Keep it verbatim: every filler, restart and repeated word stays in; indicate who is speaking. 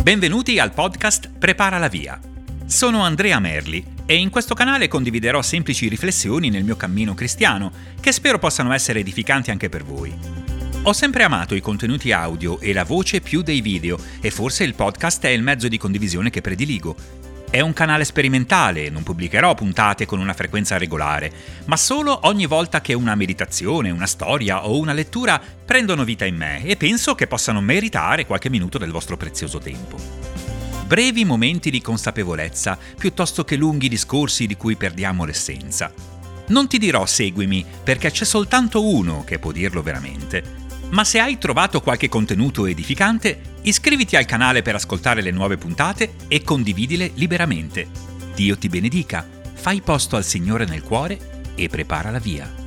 Speaker 1: Benvenuti al podcast Prepara la via. Sono Andrea Merli e in questo canale condividerò semplici riflessioni nel mio cammino cristiano che spero possano essere edificanti anche per voi. Ho sempre amato i contenuti audio e la voce più dei video e forse il podcast è il mezzo di condivisione che prediligo. È un canale sperimentale, non pubblicherò puntate con una frequenza regolare, ma solo ogni volta che una meditazione, una storia o una lettura prendono vita in me e penso che possano meritare qualche minuto del vostro prezioso tempo. Brevi momenti di consapevolezza piuttosto che lunghi discorsi di cui perdiamo l'essenza. Non ti dirò seguimi, perché c'è soltanto uno che può dirlo veramente. Ma se hai trovato qualche contenuto edificante, iscriviti al canale per ascoltare le nuove puntate e condividile liberamente. Dio ti benedica, fai posto al Signore nel cuore e prepara la via.